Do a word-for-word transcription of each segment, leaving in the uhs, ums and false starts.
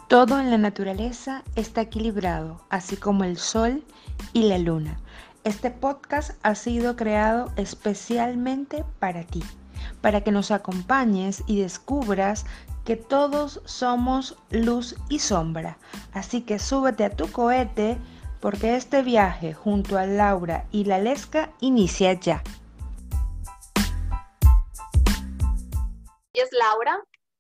Todo en la naturaleza está equilibrado, así como el sol y la luna. Este podcast ha sido creado especialmente para ti, para que nos acompañes y descubras que todos somos luz y sombra. Así que súbete a tu cohete porque este viaje junto a Laura y la Lesca inicia ya. Ella es Laura.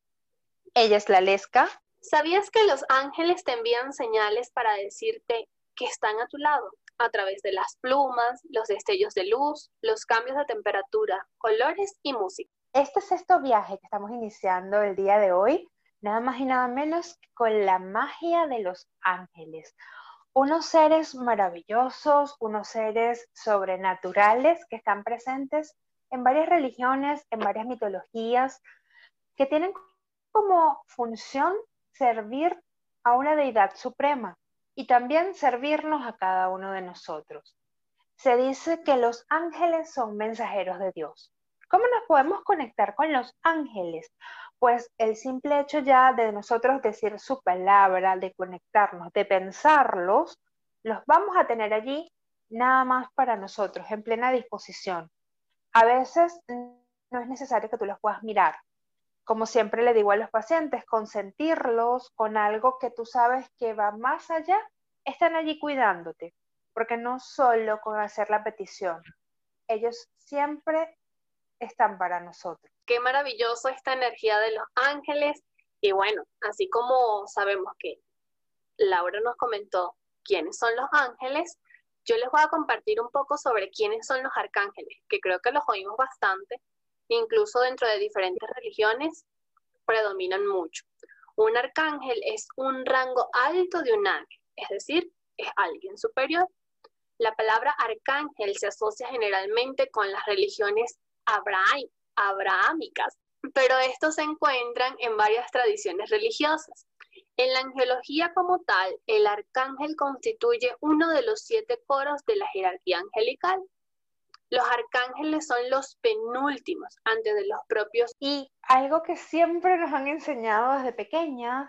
Ella es la Lesca. ¿Sabías que los ángeles te envían señales para decirte que están a tu lado? A través de las plumas, los destellos de luz, los cambios de temperatura, colores y música. Este sexto viaje que estamos iniciando el día de hoy, nada más y nada menos que con la magia de los ángeles. Unos seres maravillosos, unos seres sobrenaturales que están presentes en varias religiones, en varias mitologías, que tienen como función servir a una deidad suprema y también servirnos a cada uno de nosotros. Se dice que los ángeles son mensajeros de Dios. ¿Cómo nos podemos conectar con los ángeles? Pues el simple hecho ya de nosotros decir su palabra, de conectarnos, de pensarlos, los vamos a tener allí nada más para nosotros, en plena disposición. A veces no es necesario que tú los puedas mirar. Como siempre le digo a los pacientes, consentirlos con algo que tú sabes que va más allá, están allí cuidándote, porque no solo con hacer la petición, ellos siempre están para nosotros. Qué maravilloso esta energía de los ángeles. Y bueno, así como sabemos que Laura nos comentó quiénes son los ángeles, yo les voy a compartir un poco sobre quiénes son los arcángeles, que creo que los oímos bastante, incluso dentro de diferentes religiones predominan mucho. Un arcángel es un rango alto de un ángel, es decir, es alguien superior. La palabra arcángel se asocia generalmente con las religiones abraí- abrahámicas, pero estos se encuentran en varias tradiciones religiosas. En la angelología como tal, el arcángel constituye uno de los siete coros de la jerarquía angelical. Los arcángeles son los penúltimos antes de los propios. Y algo que siempre nos han enseñado desde pequeñas,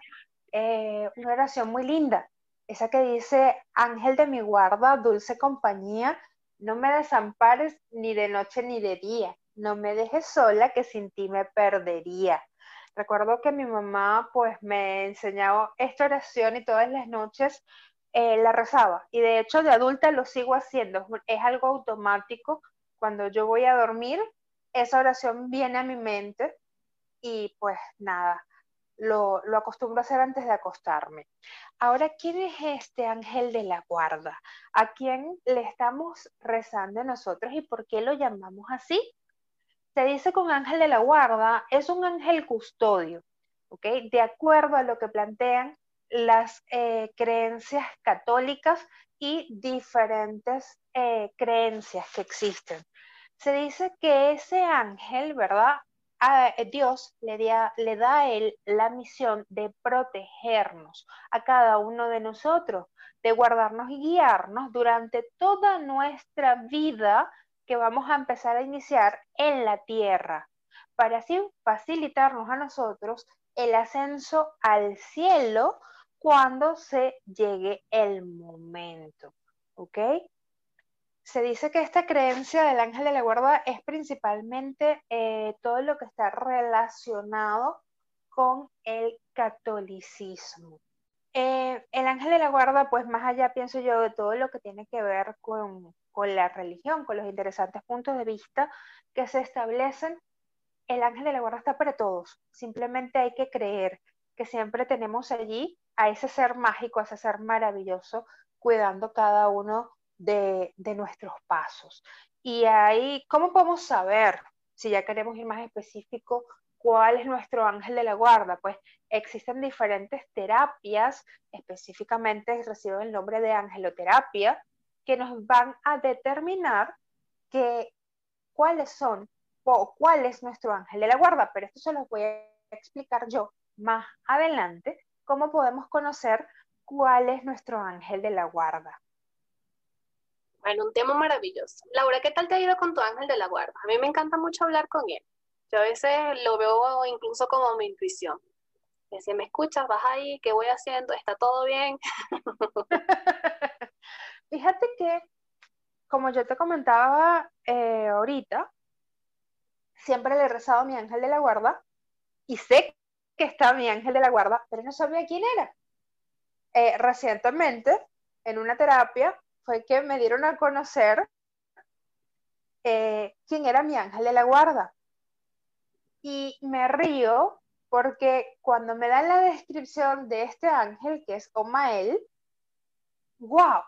eh, una oración muy linda, esa que dice, ángel de mi guarda, dulce compañía, no me desampares ni de noche ni de día, no me dejes sola que sin ti me perdería. Recuerdo que mi mamá pues me enseñaba esta oración y todas las noches eh, la rezaba, y de hecho de adulta lo sigo haciendo, es algo automático. Cuando yo voy a dormir, esa oración viene a mi mente y pues nada, lo, lo acostumbro a hacer antes de acostarme. Ahora, ¿quién es este ángel de la guarda? ¿A quién le estamos rezando nosotros y por qué lo llamamos así? Se dice que un ángel de la guarda es un ángel custodio, ¿ok? De acuerdo a lo que plantean las eh, creencias católicas y diferentes eh, creencias que existen. Se dice que ese ángel, ¿verdad? A Dios le, da, le da a él la misión de protegernos a cada uno de nosotros, de guardarnos y guiarnos durante toda nuestra vida que vamos a empezar a iniciar en la tierra, para así facilitarnos a nosotros el ascenso al cielo cuando se llegue el momento, ¿ok? Se dice que esta creencia del ángel de la guarda es principalmente eh, todo lo que está relacionado con el catolicismo. Eh, el ángel de la guarda, pues más allá pienso yo de todo lo que tiene que ver con, con la religión, con los interesantes puntos de vista que se establecen, el ángel de la guarda está para todos. Simplemente hay que creer que siempre tenemos allí a ese ser mágico, a ese ser maravilloso, cuidando cada uno de, de nuestros pasos. Y ahí, ¿cómo podemos saber, si ya queremos ir más específico, cuál es nuestro ángel de la guarda? Pues existen diferentes terapias, específicamente reciben el nombre de angeloterapia, que nos van a determinar que, cuáles son o cuál es nuestro ángel de la guarda, pero esto se los voy a explicar yo más adelante, cómo podemos conocer cuál es nuestro ángel de la guarda. Bueno, un tema maravilloso. Laura, ¿qué tal te ha ido con tu ángel de la guarda? A mí me encanta mucho hablar con él. Yo a veces lo veo incluso como mi intuición. Me decía, ¿me escuchas? ¿Vas ahí? ¿Qué voy haciendo? ¿Está todo bien? Fíjate que, como yo te comentaba eh, ahorita, siempre le he rezado a mi ángel de la guarda y sé que está mi ángel de la guarda, pero no sabía quién era. Eh, recientemente, en una terapia, fue que me dieron a conocer eh, quién era mi ángel de la guarda. Y me río porque cuando me dan la descripción de este ángel, que es Omael, wow.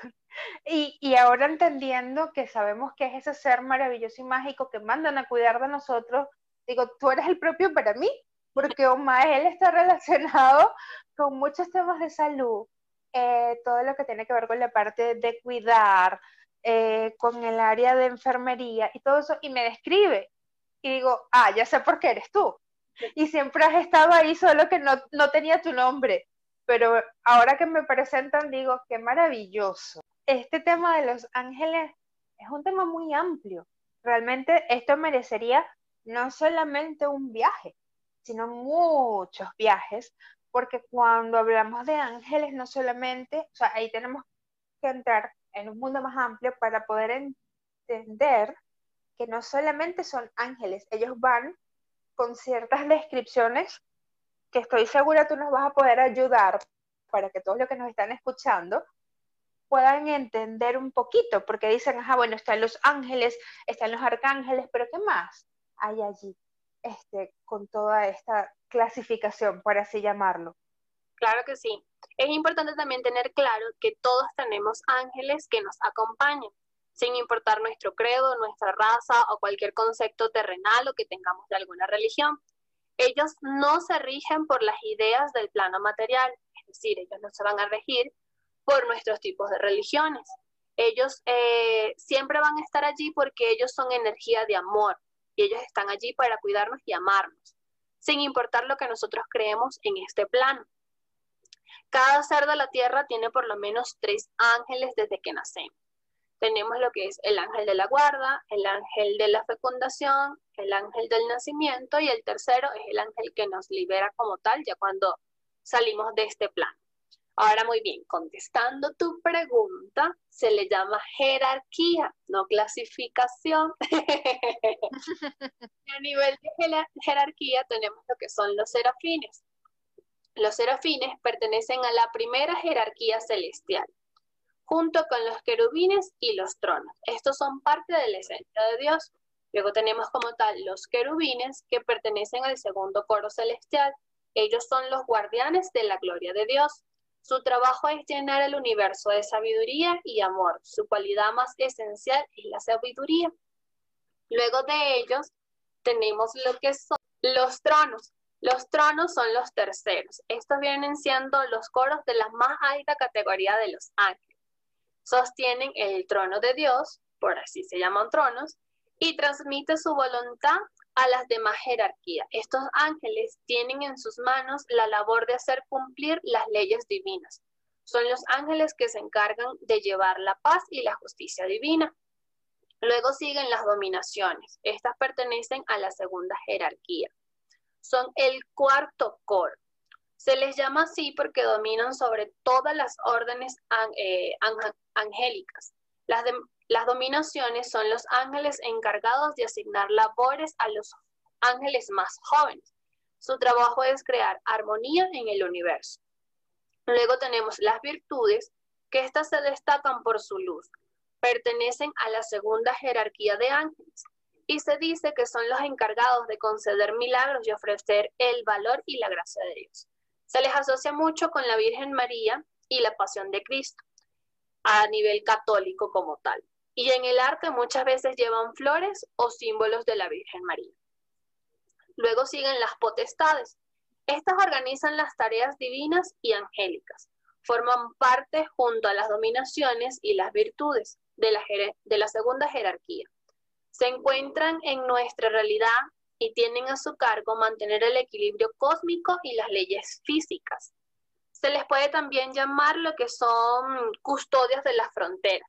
Y, y ahora entendiendo que sabemos que es ese ser maravilloso y mágico que mandan a cuidar de nosotros, digo, tú eres el propio para mí, porque Omael está relacionado con muchos temas de salud, eh, todo lo que tiene que ver con la parte de cuidar, eh, con el área de enfermería y todo eso, y me describe. Y digo, ah, ya sé por qué eres tú. Y siempre has estado ahí, solo que no, no tenía tu nombre. Pero ahora que me presentan, digo, qué maravilloso. Este tema de los ángeles es un tema muy amplio. Realmente esto merecería no solamente un viaje, sino muchos viajes, porque cuando hablamos de ángeles, no solamente, o sea, ahí tenemos que entrar en un mundo más amplio para poder entender que no solamente son ángeles, ellos van con ciertas descripciones que estoy segura tú nos vas a poder ayudar para que todos los que nos están escuchando puedan entender un poquito, porque dicen, ajá, bueno, están los ángeles, están los arcángeles, pero ¿qué más hay allí este, con toda esta clasificación, por así llamarlo? Claro que sí. Es importante también tener claro que todos tenemos ángeles que nos acompañan, sin importar nuestro credo, nuestra raza o cualquier concepto terrenal o que tengamos de alguna religión. Ellos no se rigen por las ideas del plano material, es decir, ellos no se van a regir por nuestros tipos de religiones. Ellos eh, siempre van a estar allí porque ellos son energía de amor y ellos están allí para cuidarnos y amarnos, sin importar lo que nosotros creemos en este plano. Cada ser de la tierra tiene por lo menos tres ángeles desde que nacemos. Tenemos lo que es el ángel de la guarda, el ángel de la fecundación, el ángel del nacimiento y el tercero es el ángel que nos libera como tal ya cuando salimos de este plano. Ahora muy bien, contestando tu pregunta, se le llama jerarquía, no clasificación. A nivel de jerarquía tenemos lo que son los serafines. Los serafines pertenecen a la primera jerarquía celestial, junto con los querubines y los tronos. Estos son parte de la esencia de Dios. Luego tenemos como tal los querubines que pertenecen al segundo coro celestial. Ellos son los guardianes de la gloria de Dios. Su trabajo es llenar el universo de sabiduría y amor. Su cualidad más esencial es la sabiduría. Luego de ellos tenemos lo que son los tronos. Los tronos son los terceros. Estos vienen siendo los coros de la más alta categoría de los ángeles. Sostienen el trono de Dios, por así se llaman tronos, y transmite su voluntad a las demás jerarquías. Estos ángeles tienen en sus manos la labor de hacer cumplir las leyes divinas. Son los ángeles que se encargan de llevar la paz y la justicia divina. Luego siguen las dominaciones. Estas pertenecen a la segunda jerarquía. Son el cuarto coro. Se les llama así porque dominan sobre todas las órdenes eh, angélicas. Las, de, las dominaciones son los ángeles encargados de asignar labores a los ángeles más jóvenes. Su trabajo es crear armonía en el universo. Luego tenemos las virtudes, que estas se destacan por su luz. Pertenecen a la segunda jerarquía de ángeles y se dice que son los encargados de conceder milagros y ofrecer el valor y la gracia de Dios. Se les asocia mucho con la Virgen María y la Pasión de Cristo, a nivel católico como tal. Y en el arte muchas veces llevan flores o símbolos de la Virgen María. Luego siguen las potestades. Estas organizan las tareas divinas y angélicas. Forman parte junto a las dominaciones y las virtudes de la, de la segunda jerarquía. Se encuentran en nuestra realidad y tienen a su cargo mantener el equilibrio cósmico y las leyes físicas. Se les puede también llamar lo que son custodios de las fronteras.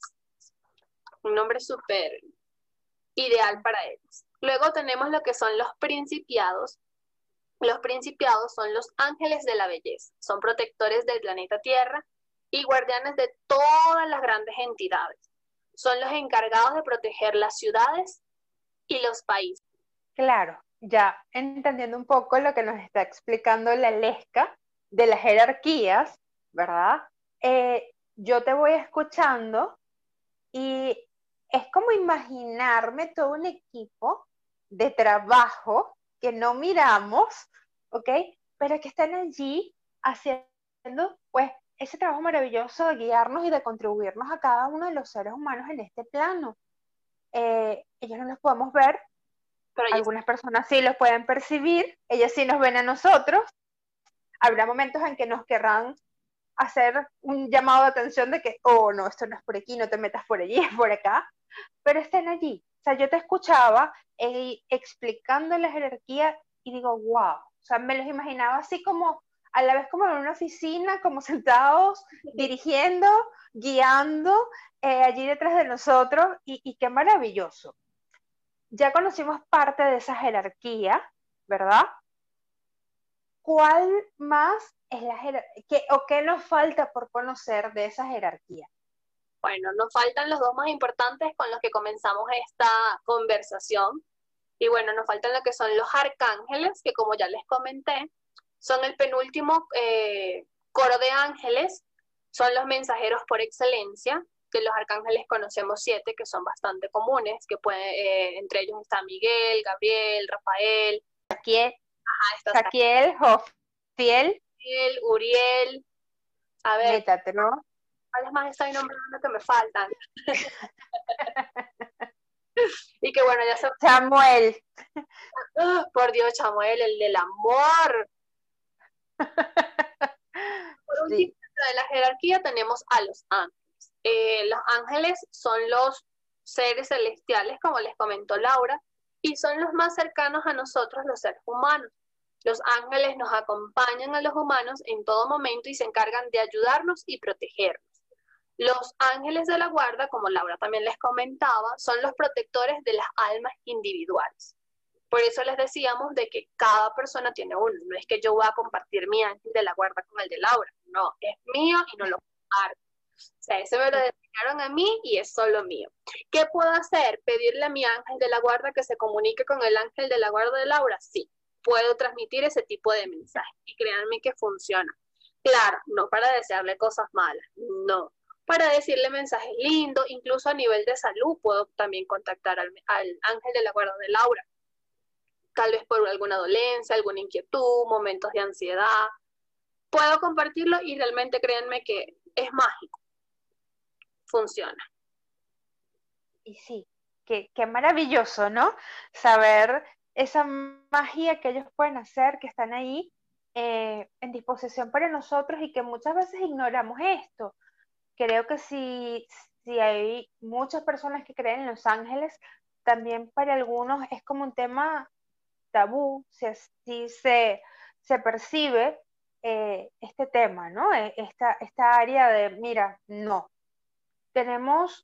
Un nombre súper ideal para ellos. Luego tenemos lo que son los principiados. Los principiados son los ángeles de la belleza, son protectores del planeta Tierra y guardianes de todas las grandes entidades. Son los encargados de proteger las ciudades y los países. Claro, ya entendiendo un poco lo que nos está explicando la Lesca de las jerarquías, ¿verdad? Eh, yo te voy escuchando y es como imaginarme todo un equipo de trabajo que no miramos, ¿ok? Pero que están allí haciendo, pues, ese trabajo maravilloso de guiarnos y de contribuirnos a cada uno de los seres humanos en este plano. Eh, ellos no los podemos ver, Pero ellos, algunas personas sí los pueden percibir, ellos sí nos ven a nosotros. Habrá momentos en que nos querrán hacer un llamado de atención de que, oh, no, esto no es por aquí, no te metas por allí, es por acá, pero estén allí. O sea, yo te escuchaba eh, explicando la jerarquía y digo, wow, o sea, me los imaginaba así como, a la vez como en una oficina, como sentados, dirigiendo, guiando, eh, allí detrás de nosotros, y, y qué maravilloso. Ya conocimos parte de esa jerarquía, ¿verdad? ¿Cuál más es la jerarquía o qué nos falta por conocer de esa jerarquía? bueno, nos faltan los dos más importantes con los que comenzamos esta conversación. Y bueno, nos faltan lo que son los arcángeles, que como ya les comenté, son el penúltimo eh, coro de ángeles, son los mensajeros por excelencia. De los arcángeles conocemos siete que son bastante comunes, que puede, eh, entre ellos está Miguel, Gabriel, Rafael, Saquiel, ah, está Saquiel, Jofiel, Saquiel, Uriel, a ver, Metatron, ¿cuáles más estoy nombrando que me faltan? Y que bueno, ya se... Samuel. Uh, por Dios, Chamuel, el del amor. Por último, Sí. dentro de la jerarquía tenemos a los ángeles. Eh, los ángeles son los seres celestiales, como les comentó Laura, y son los más cercanos a nosotros, los seres humanos. Los ángeles nos acompañan a los humanos en todo momento y se encargan de ayudarnos y protegernos. Los ángeles de la guarda, como Laura también les comentaba, son los protectores de las almas individuales. Por eso les decíamos de que cada persona tiene uno. No es que yo voy a compartir mi ángel de la guarda con el de Laura. No, es mío y no lo comparto. O sea, ese me lo designaron a mí y es solo mío. ¿Qué puedo hacer? ¿Pedirle a mi ángel de la guarda que se comunique con el ángel de la guarda de Laura? Sí, puedo transmitir ese tipo de mensaje. Y créanme que funciona. Claro, no para desearle cosas malas, no. Para decirle mensajes lindos, incluso a nivel de salud, puedo también contactar al, al ángel de la guarda de Laura. Tal vez por alguna dolencia, alguna inquietud, momentos de ansiedad. Puedo compartirlo y realmente créanme que es mágico. Funciona. Y sí, qué, qué maravilloso, ¿no? Saber esa magia que ellos pueden hacer, que están ahí eh, en disposición para nosotros y que muchas veces ignoramos esto. Creo que si, si hay muchas personas que creen en los ángeles, también para algunos es como un tema tabú, si así se, se percibe eh, este tema, ¿no? Eh, Esta, esta área de, mira, no, tenemos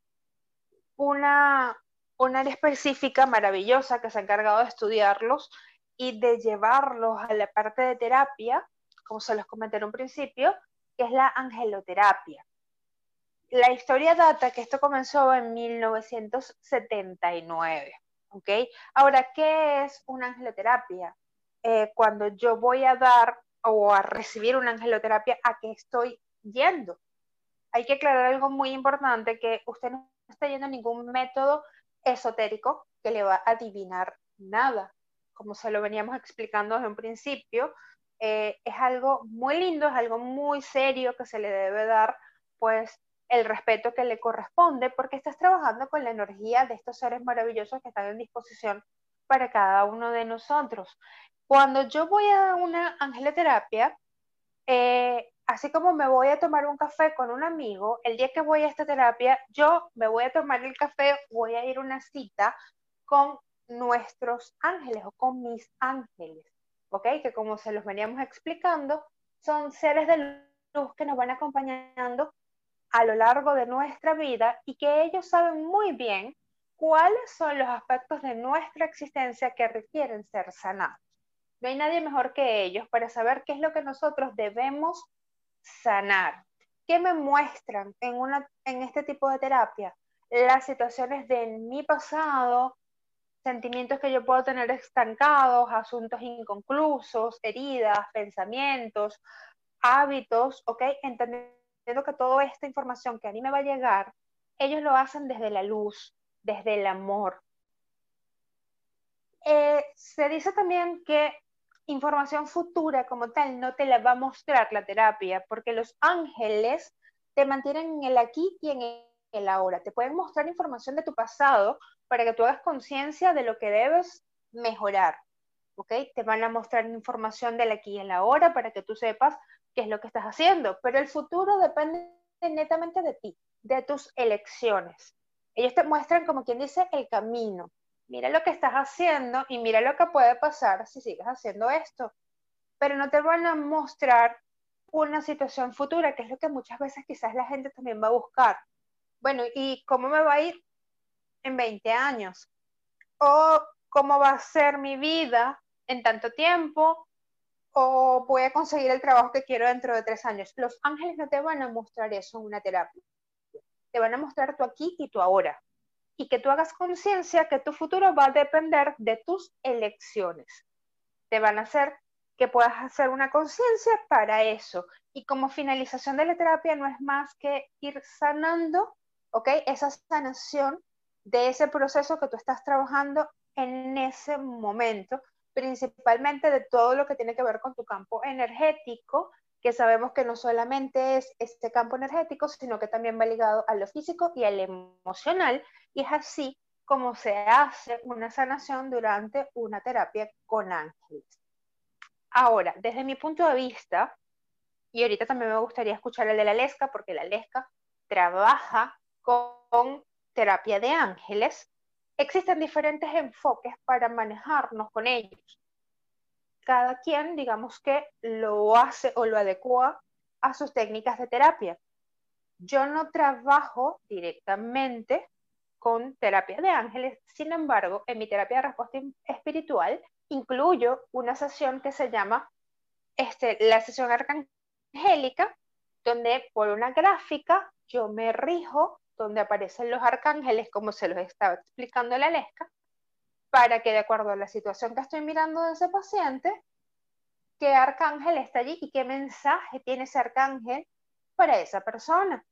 una, una área específica maravillosa que se ha encargado de estudiarlos y de llevarlos a la parte de terapia, como se los comenté en un principio, que es la angeloterapia. La historia data que esto comenzó en mil novecientos setenta y nueve, ¿ok? Ahora, ¿qué es una angeloterapia? Eh, cuando yo voy a dar o a recibir una angeloterapia, ¿a qué estoy yendo? Hay que aclarar algo muy importante, que usted no está yendo a ningún método esotérico que le va a adivinar nada. Como se lo veníamos explicando desde un principio, eh, es algo muy lindo, es algo muy serio que se le debe dar, pues, el respeto que le corresponde, porque estás trabajando con la energía de estos seres maravillosos que están en disposición para cada uno de nosotros. Cuando yo voy a una angeloterapia, eh, así como me voy a tomar un café con un amigo, el día que voy a esta terapia, yo me voy a tomar el café, voy a ir a una cita con nuestros ángeles o con mis ángeles, ¿ok? Que como se los veníamos explicando, son seres de luz que nos van acompañando a lo largo de nuestra vida y que ellos saben muy bien cuáles son los aspectos de nuestra existencia que requieren ser sanados. No hay nadie mejor que ellos para saber qué es lo que nosotros debemos sanar. ¿Qué me muestran en, una, en este tipo de terapia? Las situaciones de mi pasado, sentimientos que yo puedo tener estancados, asuntos inconclusos, heridas, pensamientos, hábitos, ¿ok? Entendiendo que toda esta información que a mí me va a llegar, ellos lo hacen desde la luz, desde el amor. Eh, se dice también que información futura como tal no te la va a mostrar la terapia, porque los ángeles te mantienen en el aquí y en el ahora. Te pueden mostrar información de tu pasado para que tú hagas conciencia de lo que debes mejorar, ¿ok? Te van a mostrar información del aquí y el ahora para que tú sepas qué es lo que estás haciendo, pero el futuro depende netamente de ti, de tus elecciones. Ellos te muestran, como quien dice, el camino. Mira lo que estás haciendo y mira lo que puede pasar si sigues haciendo esto, pero no te van a mostrar una situación futura, que es lo que muchas veces quizás la gente también va a buscar. Bueno, ¿y cómo me va a ir en veinte años? ¿O cómo va a ser mi vida en tanto tiempo? ¿O voy a conseguir el trabajo que quiero dentro de tres años? Los ángeles no te van a mostrar eso en una terapia. Te van a mostrar tu aquí y tu ahora. Y que tú hagas conciencia que tu futuro va a depender de tus elecciones. Te van a hacer que puedas hacer una conciencia para eso. Y como finalización de la terapia no es más que ir sanando, ¿ok? Esa sanación de ese proceso que tú estás trabajando en ese momento, principalmente de todo lo que tiene que ver con tu campo energético, que sabemos que no solamente es este campo energético, sino que también va ligado a lo físico y al emocional, y es así como se hace una sanación durante una terapia con ángeles. Ahora, desde mi punto de vista, y ahorita también me gustaría escuchar el de la Lesca, porque la Lesca trabaja con terapia de ángeles, existen diferentes enfoques para manejarnos con ellos. Cada quien, digamos que lo hace o lo adecua a sus técnicas de terapia. Yo no trabajo directamente con terapia de ángeles, sin embargo, en mi terapia de respuesta espiritual incluyo una sesión que se llama este, la sesión arcangélica, donde por una gráfica yo me rijo, donde aparecen los arcángeles, como se los estaba explicando la Lesca, para que de acuerdo a la situación que estoy mirando de ese paciente, qué arcángel está allí y qué mensaje tiene ese arcángel para esa persona.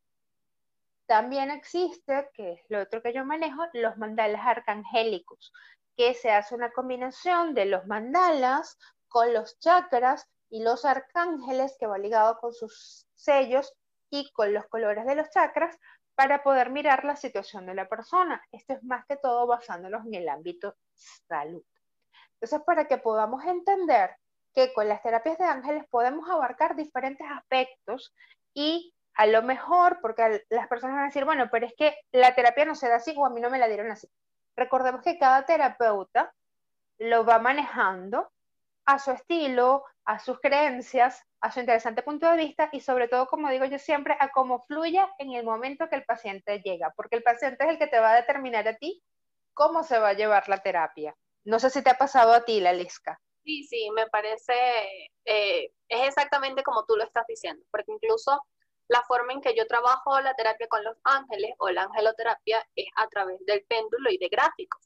También existe, que es lo otro que yo manejo, los mandalas arcangélicos, que se hace una combinación de los mandalas con los chakras y los arcángeles, que va ligado con sus sellos y con los colores de los chakras, para poder mirar la situación de la persona. Esto es más que todo basándonos en el ámbito salud. Entonces, para que podamos entender que con las terapias de ángeles podemos abarcar diferentes aspectos y a lo mejor, porque las personas van a decir, bueno, pero es que la terapia no se da así o a mí no me la dieron así. Recordemos que cada terapeuta lo va manejando a su estilo, a sus creencias, a su interesante punto de vista y sobre todo, como digo yo siempre, a cómo fluya en el momento que el paciente llega, porque el paciente es el que te va a determinar a ti cómo se va a llevar la terapia. No sé si te ha pasado a ti, Lalisca. Sí, sí, me parece, eh, es exactamente como tú lo estás diciendo, porque incluso la forma en que yo trabajo la terapia con los ángeles o la angeloterapia es a través del péndulo y de gráficos.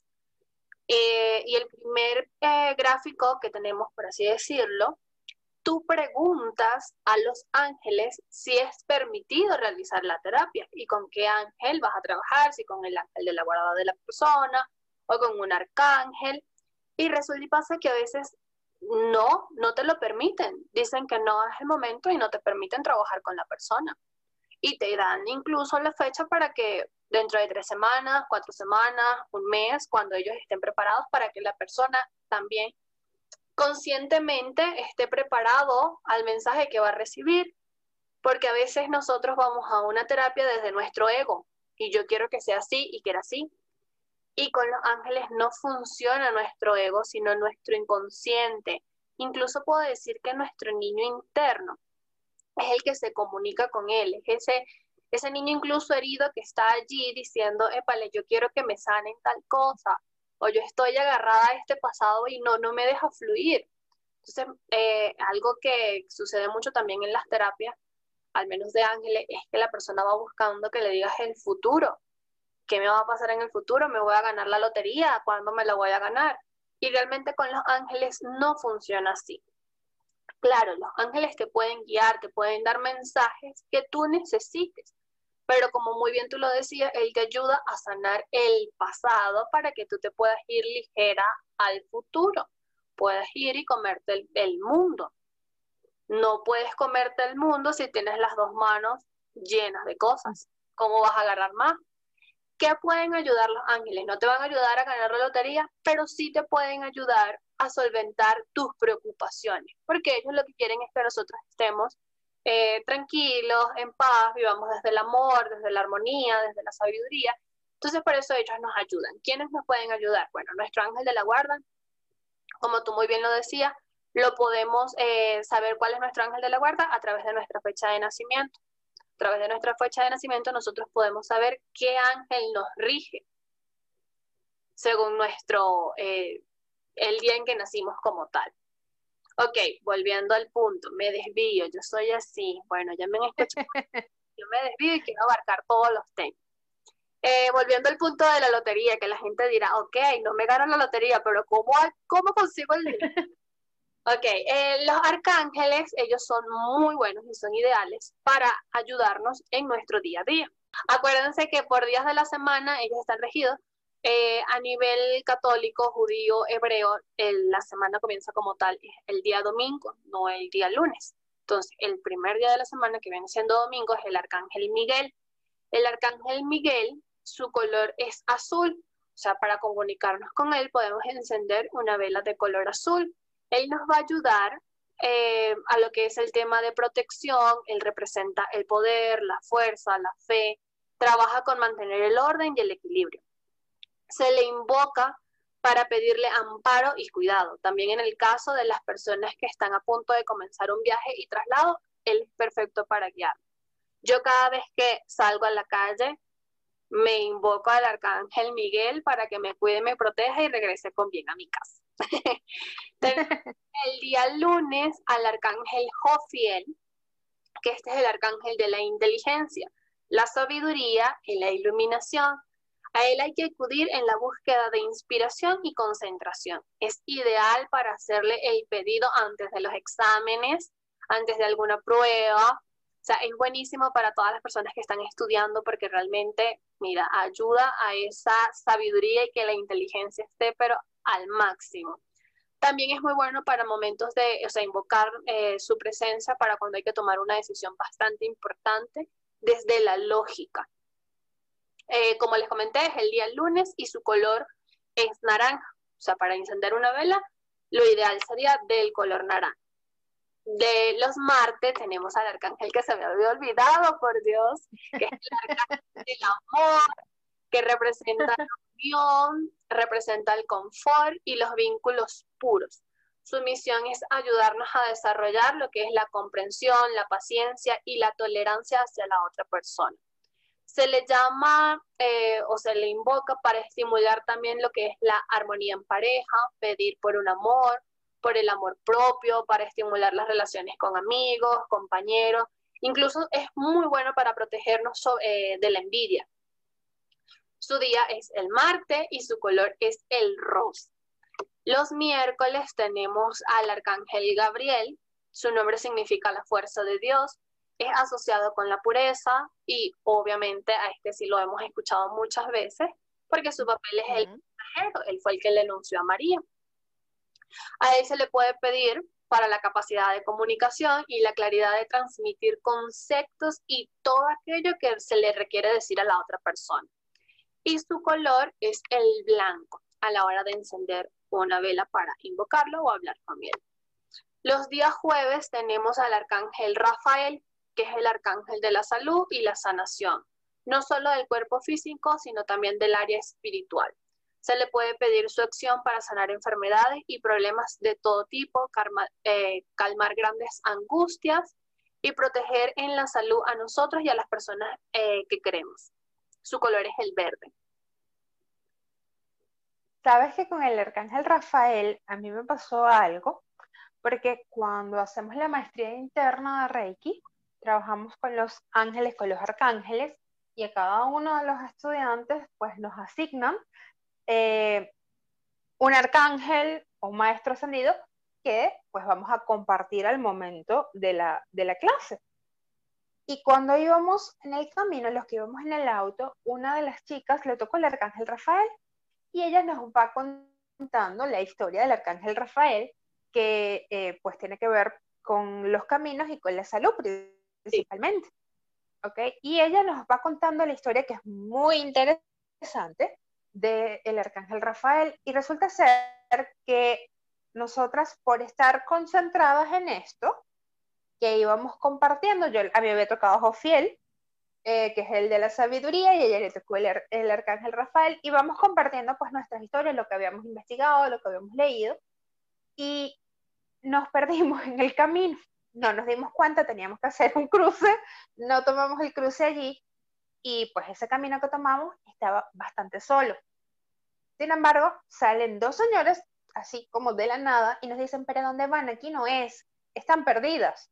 Eh, y el primer eh, gráfico que tenemos, por así decirlo, tú preguntas a los ángeles si es permitido realizar la terapia y con qué ángel vas a trabajar, si con el ángel de la guarda de la persona o con un arcángel. Y resulta y pasa que a veces no, no te lo permiten. Dicen que no es el momento y no te permiten trabajar con la persona. Y te dan incluso la fecha para que dentro de tres semanas, cuatro semanas, un mes, cuando ellos estén preparados para que la persona también conscientemente esté preparado al mensaje que va a recibir. Porque a veces nosotros vamos a una terapia desde nuestro ego y yo quiero que sea así y quiera así. Y con los ángeles no funciona nuestro ego, sino nuestro inconsciente. Incluso puedo decir que nuestro niño interno es el que se comunica con él. Es ese, ese niño incluso herido que está allí diciendo, épale, yo quiero que me sanen tal cosa. O yo estoy agarrada a este pasado y no, no me deja fluir. Entonces, eh, algo que sucede mucho también en las terapias, al menos de ángeles, es que la persona va buscando que le digas el futuro. ¿Qué me va a pasar en el futuro? ¿Me voy a ganar la lotería? ¿Cuándo me la voy a ganar? Y realmente con los ángeles no funciona así. Claro, los ángeles te pueden guiar, te pueden dar mensajes que tú necesites, pero como muy bien tú lo decías, él te ayuda a sanar el pasado para que tú te puedas ir ligera al futuro, puedas ir y comerte el, el mundo. No puedes comerte el mundo si tienes las dos manos llenas de cosas. ¿Cómo vas a agarrar más? ¿Qué pueden ayudar los ángeles? No te van a ayudar a ganar la lotería, pero sí te pueden ayudar a solventar tus preocupaciones, porque ellos lo que quieren es que nosotros estemos eh, tranquilos, en paz, vivamos desde el amor, desde la armonía, desde la sabiduría. Entonces, por eso ellos nos ayudan. ¿Quiénes nos pueden ayudar? Bueno, nuestro ángel de la guarda, como tú muy bien lo decías, lo podemos eh, saber cuál es nuestro ángel de la guarda a través de nuestra fecha de nacimiento. A través de nuestra fecha de nacimiento nosotros podemos saber qué ángel nos rige según nuestro, eh, el día en que nacimos como tal. Ok, volviendo al punto, me desvío, yo soy así, bueno, ya me han escuchado, yo me desvío y quiero abarcar todos los temas. Eh, volviendo al punto de la lotería, que la gente dirá, ok, no me gano la lotería, pero ¿cómo, cómo consigo el dinero? Ok, eh, los arcángeles, ellos son muy buenos y son ideales para ayudarnos en nuestro día a día. Acuérdense que por días de la semana ellos están regidos. Eh, a nivel católico, judío, hebreo, el, la semana comienza como tal el día domingo, no el día lunes. Entonces, el primer día de la semana, que viene siendo domingo, es el arcángel Miguel. El arcángel Miguel, su color es azul. O sea, para comunicarnos con él podemos encender una vela de color azul. Él nos va a ayudar eh, a lo que es el tema de protección. Él representa el poder, la fuerza, la fe. Trabaja con mantener el orden y el equilibrio. Se le invoca para pedirle amparo y cuidado. También en el caso de las personas que están a punto de comenzar un viaje y traslado, él es perfecto para guiar. Yo cada vez que salgo a la calle, me invoco al arcángel Miguel para que me cuide, me proteja y regrese con bien a mi casa. El día lunes al arcángel Jofiel, que este es el arcángel de la inteligencia, la sabiduría y la iluminación. A él hay que acudir en la búsqueda de inspiración y concentración. Es ideal para hacerle el pedido antes de los exámenes, antes de alguna prueba. O sea, es buenísimo para todas las personas que están estudiando porque realmente, mira, ayuda a esa sabiduría y que la inteligencia esté, pero al máximo. También es muy bueno para momentos de, o sea, invocar eh, su presencia para cuando hay que tomar una decisión bastante importante desde la lógica. Eh, como les comenté, es el día lunes y su color es naranja. O sea, para encender una vela, lo ideal sería del color naranja. De los martes tenemos al arcángel que se me había olvidado, por Dios, que es el arcángel del amor, que representa la unión, representa el confort y los vínculos puros. Su misión es ayudarnos a desarrollar lo que es la comprensión, la paciencia y la tolerancia hacia la otra persona. Se le llama eh, o se le invoca para estimular también lo que es la armonía en pareja, pedir por un amor, por el amor propio, para estimular las relaciones con amigos, compañeros. Incluso es muy bueno para protegernos sobre, eh, de la envidia. Su día es el martes y su color es el rosa. Los miércoles tenemos al arcángel Gabriel. Su nombre significa la fuerza de Dios. Es asociado con la pureza y obviamente a este sí lo hemos escuchado muchas veces porque su papel es el mensajero. Él fue el que le anunció a María. A él se le puede pedir para la capacidad de comunicación y la claridad de transmitir conceptos y todo aquello que se le requiere decir a la otra persona. Y su color es el blanco a la hora de encender una vela para invocarlo o hablar con él. Los días jueves tenemos al arcángel Rafael, que es el arcángel de la salud y la sanación, no solo del cuerpo físico, sino también del área espiritual. Se le puede pedir su acción para sanar enfermedades y problemas de todo tipo, calma, eh, calmar grandes angustias y proteger en la salud a nosotros y a las personas eh, que queremos. Su color es el verde. Sabes que con el arcángel Rafael a mí me pasó algo, porque cuando hacemos la maestría interna de Reiki, trabajamos con los ángeles, con los arcángeles, y a cada uno de los estudiantes pues nos asignan eh, un arcángel o un maestro ascendido que pues vamos a compartir al momento de la, de la clase. Y cuando íbamos en el camino, los que íbamos en el auto, una de las chicas le tocó el arcángel Rafael y ella nos va contando la historia del arcángel Rafael, que eh, pues tiene que ver con los caminos y con la salud principalmente. ¿Okay? Y ella nos va contando la historia, que es muy interesante, del arcángel Rafael, y resulta ser que nosotras, por estar concentradas en esto, que íbamos compartiendo, yo, a mí me había tocado Jofiel, eh, que es el de la sabiduría, y a ella le tocó el, el arcángel Rafael, y vamos compartiendo pues nuestras historias, lo que habíamos investigado, lo que habíamos leído, y nos perdimos en el camino. No nos dimos cuenta, teníamos que hacer un cruce, no tomamos el cruce allí, y pues ese camino que tomamos estaba bastante solo. Sin embargo, salen dos señores, así como de la nada, y nos dicen, ¿pero dónde van? Aquí no es, están perdidas.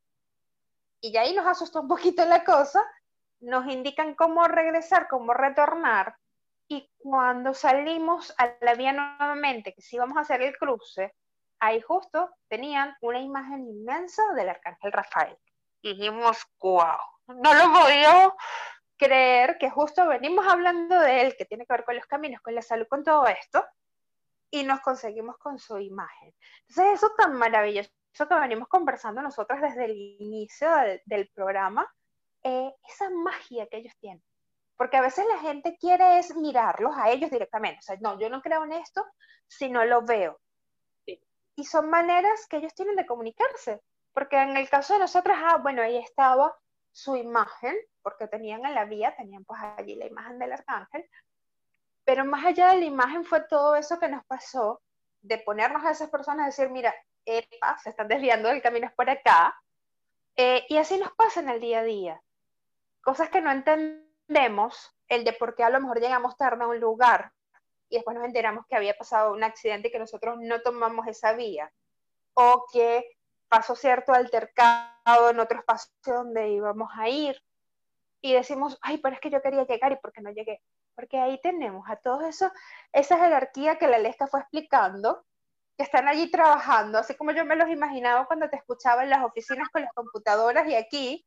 Y ya ahí nos asustó un poquito la cosa, nos indican cómo regresar, cómo retornar, y cuando salimos a la vía nuevamente, que sí vamos a hacer el cruce, ahí justo tenían una imagen inmensa del arcángel Rafael. Y dijimos, wow, no lo podíamos creer, que justo venimos hablando de él, que tiene que ver con los caminos, con la salud, con todo esto, y nos conseguimos con su imagen. Entonces eso tan maravilloso que venimos conversando nosotras desde el inicio del, del programa, eh, esa magia que ellos tienen. Porque a veces la gente quiere es mirarlos a ellos directamente. O sea, no, yo no creo en esto si no lo veo. Sí. Y son maneras que ellos tienen de comunicarse. Porque en el caso de nosotras, ah, bueno, ahí estaba su imagen, porque tenían en la vía, tenían pues allí la imagen del arcángel, pero más allá de la imagen fue todo eso que nos pasó, de ponernos a esas personas a decir, mira, epa, se están desviando del camino, es por acá, eh, y así nos pasa en el día a día. Cosas que no entendemos, el de por qué a lo mejor llegamos tarde a un lugar, y después nos enteramos que había pasado un accidente y que nosotros no tomamos esa vía, o que pasó cierto altercado en otro espacio donde íbamos a ir, y decimos, ay, pero es que yo quería llegar, ¿y por qué no llegué? Porque ahí tenemos a todos esos, esa jerarquía que la Lesca fue explicando, que están allí trabajando, así como yo me los imaginaba cuando te escuchaba en las oficinas con las computadoras y aquí,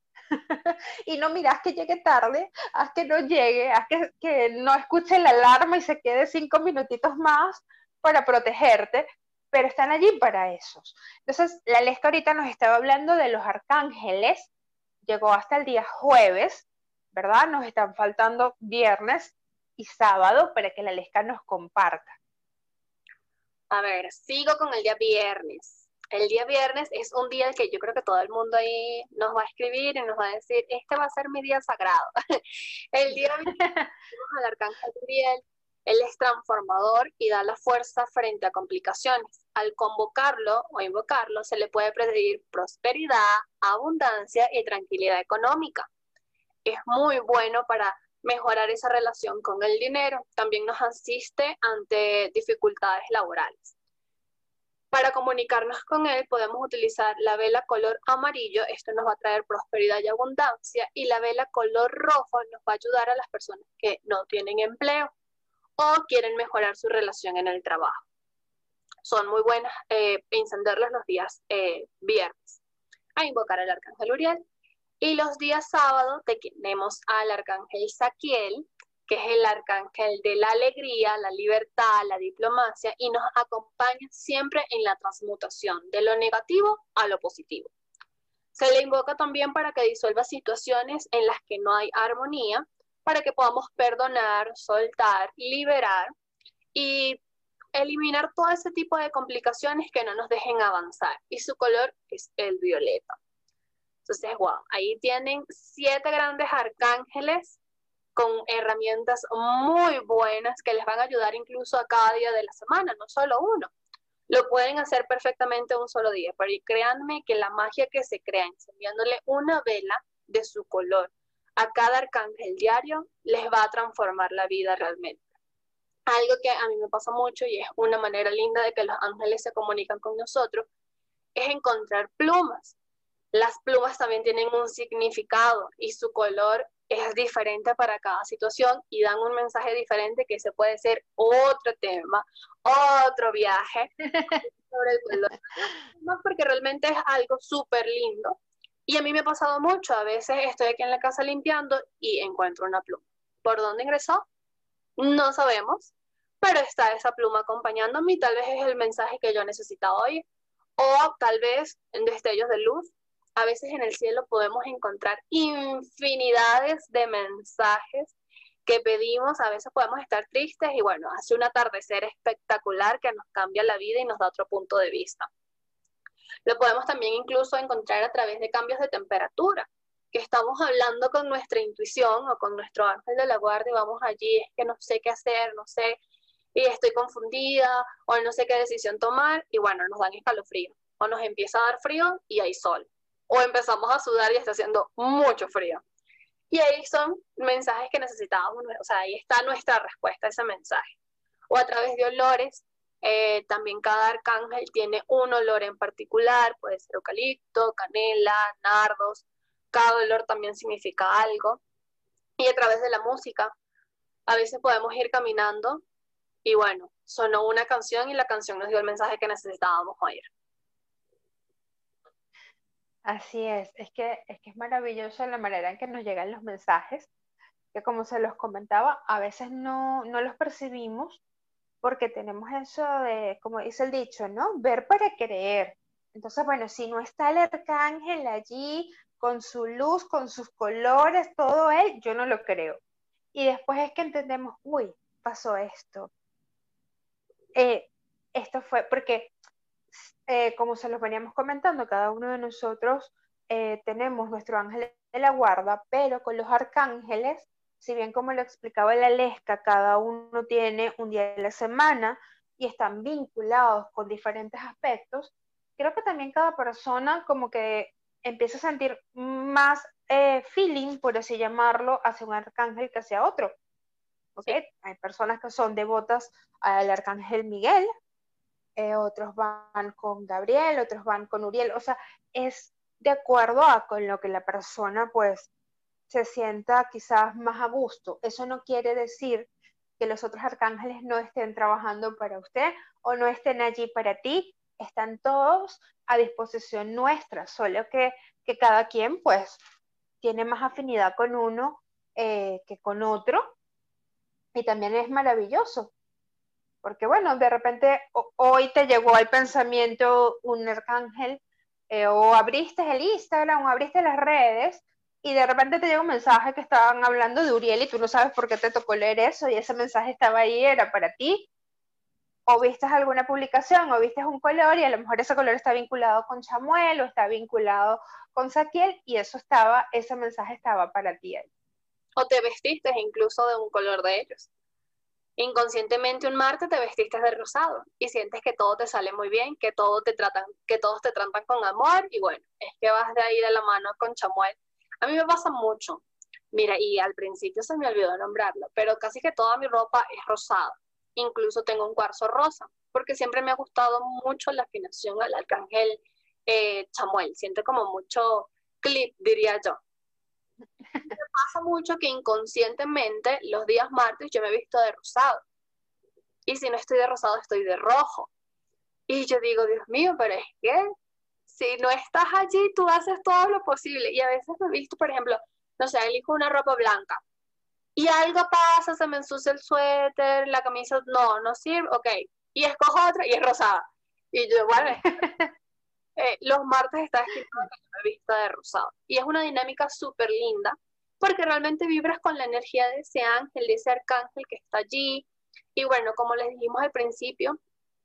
y no miras que llegue tarde, haz que no llegue, haz que, que no escuche la alarma y se quede cinco minutitos más para protegerte, pero están allí para esos. Entonces, la Lesca ahorita nos estaba hablando de los arcángeles, llegó hasta el día jueves, ¿verdad? Nos están faltando viernes y sábado para que la Lesca nos comparta. A ver, sigo con el día viernes. El día viernes es un día que yo creo que todo el mundo ahí nos va a escribir y nos va a decir, este va a ser mi día sagrado. El día viernes tenemos al arcángel Uriel. Él es transformador y da la fuerza frente a complicaciones. Al convocarlo o invocarlo, se le puede pedir prosperidad, abundancia y tranquilidad económica. Es muy bueno para mejorar esa relación con el dinero. También nos asiste ante dificultades laborales. Para comunicarnos con él podemos utilizar la vela color amarillo, esto nos va a traer prosperidad y abundancia, y la vela color rojo nos va a ayudar a las personas que no tienen empleo o quieren mejorar su relación en el trabajo. Son muy buenas eh, encenderlas los días eh, viernes. A invocar al arcángel Uriel. Y los días sábados tenemos al arcángel Saquiel, que es el arcángel de la alegría, la libertad, la diplomacia, y nos acompaña siempre en la transmutación de lo negativo a lo positivo. Se le invoca también para que disuelva situaciones en las que no hay armonía, para que podamos perdonar, soltar, liberar y eliminar todo ese tipo de complicaciones que no nos dejen avanzar. Y su color es el violeta. Entonces, wow, ahí tienen siete grandes arcángeles con herramientas muy buenas que les van a ayudar incluso a cada día de la semana, no solo uno. Lo pueden hacer perfectamente un solo día, pero créanme que la magia que se crea encendiéndole una vela de su color a cada arcángel diario les va a transformar la vida realmente. Algo que a mí me pasa mucho y es una manera linda de que los ángeles se comunican con nosotros es encontrar plumas. Las plumas también tienen un significado y su color es diferente para cada situación y dan un mensaje diferente que se puede ser otro tema, otro viaje sobre el color de las plumas, porque realmente es algo súper lindo. Y a mí me ha pasado mucho, a veces estoy aquí en la casa limpiando y encuentro una pluma. ¿Por dónde ingresó? No sabemos, pero está esa pluma acompañándome y tal vez es el mensaje que yo necesitaba oír. O tal vez en destellos de luz. A veces en el cielo podemos encontrar infinidades de mensajes que pedimos, a veces podemos estar tristes y bueno, hace un atardecer espectacular que nos cambia la vida y nos da otro punto de vista. Lo podemos también incluso encontrar a través de cambios de temperatura, que estamos hablando con nuestra intuición o con nuestro ángel de la guardia y vamos allí, es que no sé qué hacer, no sé, y estoy confundida o no sé qué decisión tomar y bueno, nos dan escalofrío o nos empieza a dar frío y hay sol o empezamos a sudar y está haciendo mucho frío. Y ahí son mensajes que necesitábamos, o sea, ahí está nuestra respuesta a ese mensaje. O a través de olores, eh, también cada arcángel tiene un olor en particular, puede ser eucalipto, canela, nardos, cada olor también significa algo. Y a través de la música, a veces podemos ir caminando y bueno, sonó una canción y la canción nos dio el mensaje que necesitábamos oír. Así es, es que, es que es maravilloso la manera en que nos llegan los mensajes, que como se los comentaba, a veces no, no los percibimos porque tenemos eso de, como dice el dicho, ¿no? Ver para creer. Entonces, bueno, si no está el arcángel allí con su luz, con sus colores, todo él, yo no lo creo. Y después es que entendemos, uy, pasó esto. Eh, esto fue porque eh, como se los veníamos comentando, cada uno de nosotros eh, tenemos nuestro ángel de la guarda, pero con los arcángeles, si bien como lo explicaba la Lesca, cada uno tiene un día de la semana y están vinculados con diferentes aspectos, creo que también cada persona como que empieza a sentir más eh, feeling, por así llamarlo, hacia un arcángel que hacia otro. ¿Okay? Sí. Hay personas que son devotas al arcángel Miguel, eh, otros van con Gabriel, otros van con Uriel, o sea, es de acuerdo a con lo que la persona pues se sienta quizás más a gusto. Eso no quiere decir que los otros arcángeles no estén trabajando para usted o no estén allí para ti, están todos a disposición nuestra, solo que, que cada quien pues tiene más afinidad con uno eh, que con otro y también es maravilloso. Porque bueno, de repente hoy te llegó al pensamiento un arcángel eh, o abriste el Instagram o abriste las redes y de repente te llega un mensaje que estaban hablando de Uriel y tú no sabes por qué te tocó leer eso y ese mensaje estaba ahí, era para ti. O viste alguna publicación o viste un color y a lo mejor ese color está vinculado con Chamuel o está vinculado con Saquiel y eso estaba, ese mensaje estaba para ti ahí. O te vestiste incluso de un color de ellos. Inconscientemente un martes te vestiste de rosado y sientes que todo te sale muy bien, que, todo te tratan, que todos te tratan con amor y bueno, es que vas de ahí de la mano con Chamuel. A mí me pasa mucho. Mira, y al principio se me olvidó nombrarlo, pero casi que toda mi ropa es rosada. Incluso tengo un cuarzo rosa, porque siempre me ha gustado mucho la afinación al arcángel eh, Chamuel. Siente como mucho clip, diría yo. Me pasa mucho que inconscientemente los días martes yo me he visto de rosado. Y si no estoy de rosado, estoy de rojo. Y yo digo, Dios mío, pero es que si no estás allí, tú haces todo lo posible. Y a veces me he visto, por ejemplo, no sé, elijo una ropa blanca. Y algo pasa, se me ensucia el suéter, la camisa, no, no sirve, ok. Y escojo otra y es rosada. Y yo, bueno, eh, los martes está escrito que yo me vista de rosado. Y es una dinámica súper linda, porque realmente vibras con la energía de ese ángel, de ese arcángel que está allí. Y bueno, como les dijimos al principio,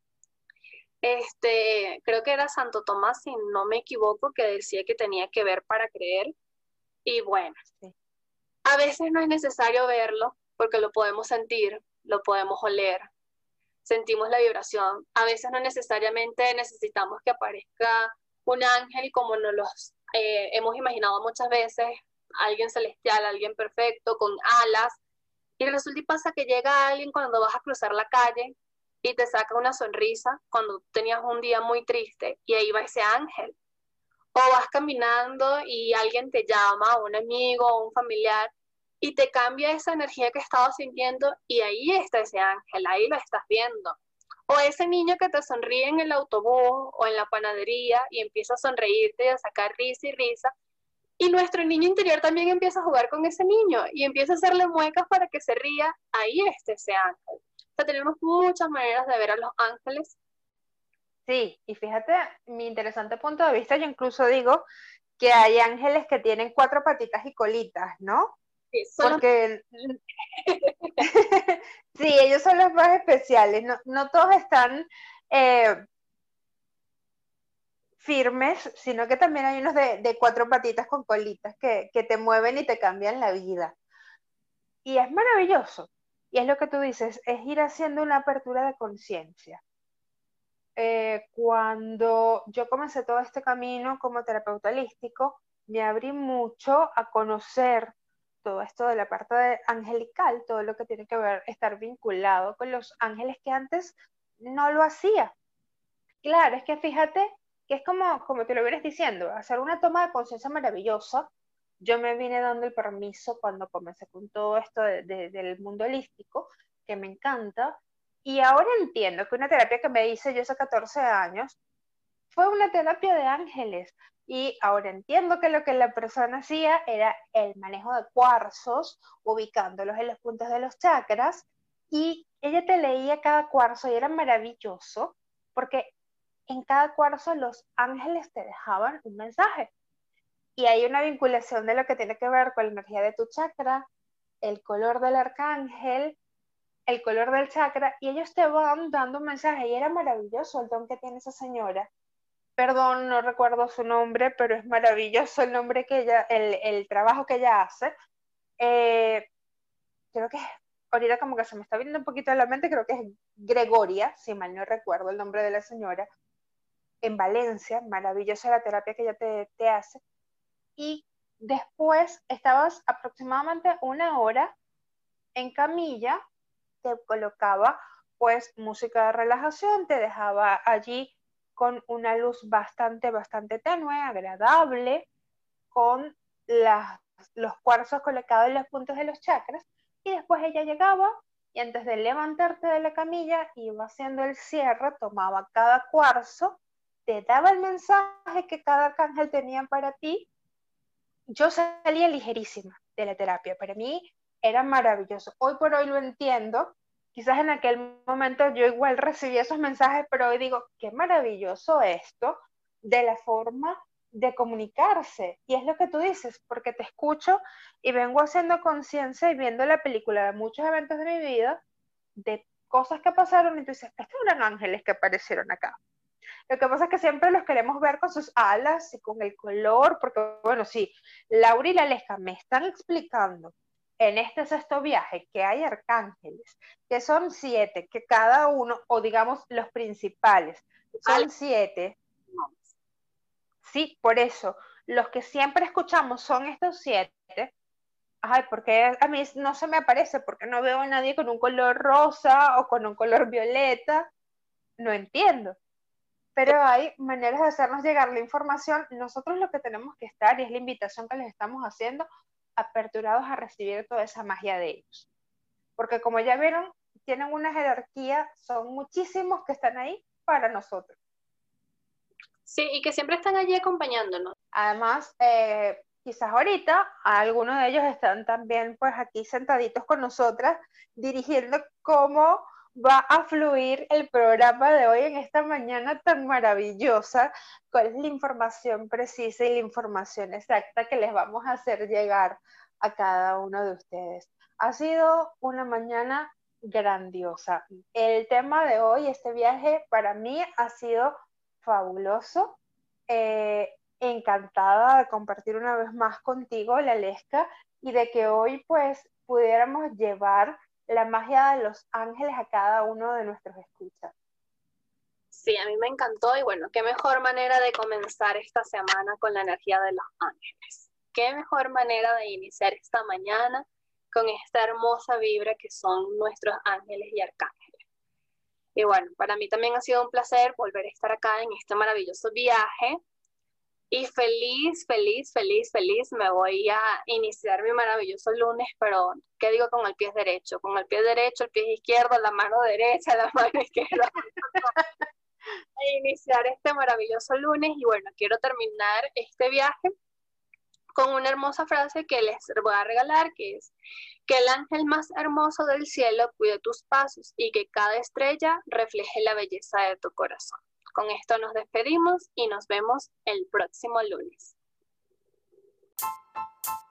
este, creo que era Santo Tomás, si no me equivoco, que decía que tenía que ver para creer. Y bueno, sí. A veces no es necesario verlo, porque lo podemos sentir, lo podemos oler, sentimos la vibración. A veces no necesariamente necesitamos que aparezca un ángel como nos los eh, hemos imaginado muchas veces, alguien celestial, alguien perfecto, con alas. Y resulta y pasa que llega alguien cuando vas a cruzar la calle y te saca una sonrisa cuando tenías un día muy triste y ahí va ese ángel. O vas caminando y alguien te llama, un amigo o un familiar, y te cambia esa energía que estabas sintiendo y ahí está ese ángel, ahí lo estás viendo. O ese niño que te sonríe en el autobús o en la panadería y empieza a sonreírte y a sacar risa y risa. Y nuestro niño interior también empieza a jugar con ese niño y empieza a hacerle muecas para que se ría. Ahí está ese ángel. O sea, tenemos muchas maneras de ver a los ángeles. Sí, y fíjate, mi interesante punto de vista, yo incluso digo que hay ángeles que tienen cuatro patitas y colitas, ¿no? Sí, son los... Porque sí, ellos son los más especiales, no, no todos están eh, firmes, sino que también hay unos de, de cuatro patitas con colitas que, que te mueven y te cambian la vida. Y es maravilloso. Y es lo que tú dices, es ir haciendo una apertura de conciencia. Eh, cuando yo comencé todo este camino como terapeuta holístico, me abrí mucho a conocer todo esto de la parte de angelical, todo lo que tiene que ver, estar vinculado con los ángeles que antes no lo hacía. Claro, es que fíjate que es como, como te lo vienes diciendo, hacer una toma de conciencia maravillosa. Yo me vine dando el permiso cuando comencé con todo esto de, de, del mundo holístico, que me encanta, y ahora entiendo que una terapia que me hice yo hace catorce años fue una terapia de ángeles. Y ahora entiendo que lo que la persona hacía era el manejo de cuarzos, ubicándolos en los puntos de los chakras, y ella te leía cada cuarzo y era maravilloso, porque en cada cuarzo los ángeles te dejaban un mensaje. Y hay una vinculación de lo que tiene que ver con la energía de tu chakra, el color del arcángel, el color del chakra, y ellos te van dando un mensaje. Y era maravilloso el don que tiene esa señora. Perdón, no recuerdo su nombre, pero es maravilloso el nombre que ella, el, el trabajo que ella hace. Eh, creo que ahorita como que se me está viendo un poquito en la mente, creo que es Gregoria, si mal no recuerdo el nombre de la señora, en Valencia, maravillosa la terapia que ella te, te hace. Y después estabas aproximadamente una hora en camilla, te colocaba pues música de relajación, te dejaba allí con una luz bastante, bastante tenue, agradable, con las, los cuarzos colocados en los puntos de los chakras, y después ella llegaba y antes de levantarte de la camilla iba haciendo el cierre, tomaba cada cuarzo, te daba el mensaje que cada arcángel tenía para ti. Yo salía ligerísima de la terapia, para mí era maravilloso. Hoy por hoy lo entiendo, quizás en aquel momento yo igual recibí esos mensajes, pero hoy digo, qué maravilloso esto de la forma de comunicarse. Y es lo que tú dices, porque te escucho y vengo haciendo conciencia y viendo la película de muchos eventos de mi vida, de cosas que pasaron y tú dices, estos eran ángeles que aparecieron acá. Lo que pasa es que siempre los queremos ver con sus alas y con el color, porque, bueno, sí, Laura y la Lesca me están explicando en este sexto viaje que hay arcángeles, que son siete, que cada uno, o digamos los principales, son siete. Sí, por eso, los que siempre escuchamos son estos siete. Ay, porque a mí no se me aparece, porque no veo a nadie con un color rosa o con un color violeta. No entiendo. Pero hay maneras de hacernos llegar la información. Nosotros lo que tenemos que estar, y es la invitación que les estamos haciendo, aperturados a recibir toda esa magia de ellos. Porque como ya vieron, tienen una jerarquía, son muchísimos que están ahí para nosotros. Sí, y que siempre están allí acompañándonos. Además, eh, quizás ahorita algunos de ellos están también pues aquí sentaditos con nosotras, dirigiendo cómo va a fluir el programa de hoy en esta mañana tan maravillosa, cuál es la información precisa y la información exacta que les vamos a hacer llegar a cada uno de ustedes. Ha sido una mañana grandiosa. El tema de hoy, este viaje, para mí ha sido fabuloso. Eh, encantada de compartir una vez más contigo, la Lesca, y de que hoy pues pudiéramos llevar la magia de los ángeles a cada uno de nuestros escuchas. Sí, a mí me encantó y bueno, qué mejor manera de comenzar esta semana con la energía de los ángeles. Qué mejor manera de iniciar esta mañana con esta hermosa vibra que son nuestros ángeles y arcángeles. Y bueno, para mí también ha sido un placer volver a estar acá en este maravilloso viaje. Y feliz, feliz, feliz, feliz me voy a iniciar mi maravilloso lunes, pero ¿qué digo con el pie derecho? Con el pie derecho, el pie izquierdo, la mano derecha, la mano izquierda. A iniciar este maravilloso lunes y bueno, quiero terminar este viaje con una hermosa frase que les voy a regalar, que es: que el ángel más hermoso del cielo cuide tus pasos y que cada estrella refleje la belleza de tu corazón. Con esto nos despedimos y nos vemos el próximo lunes.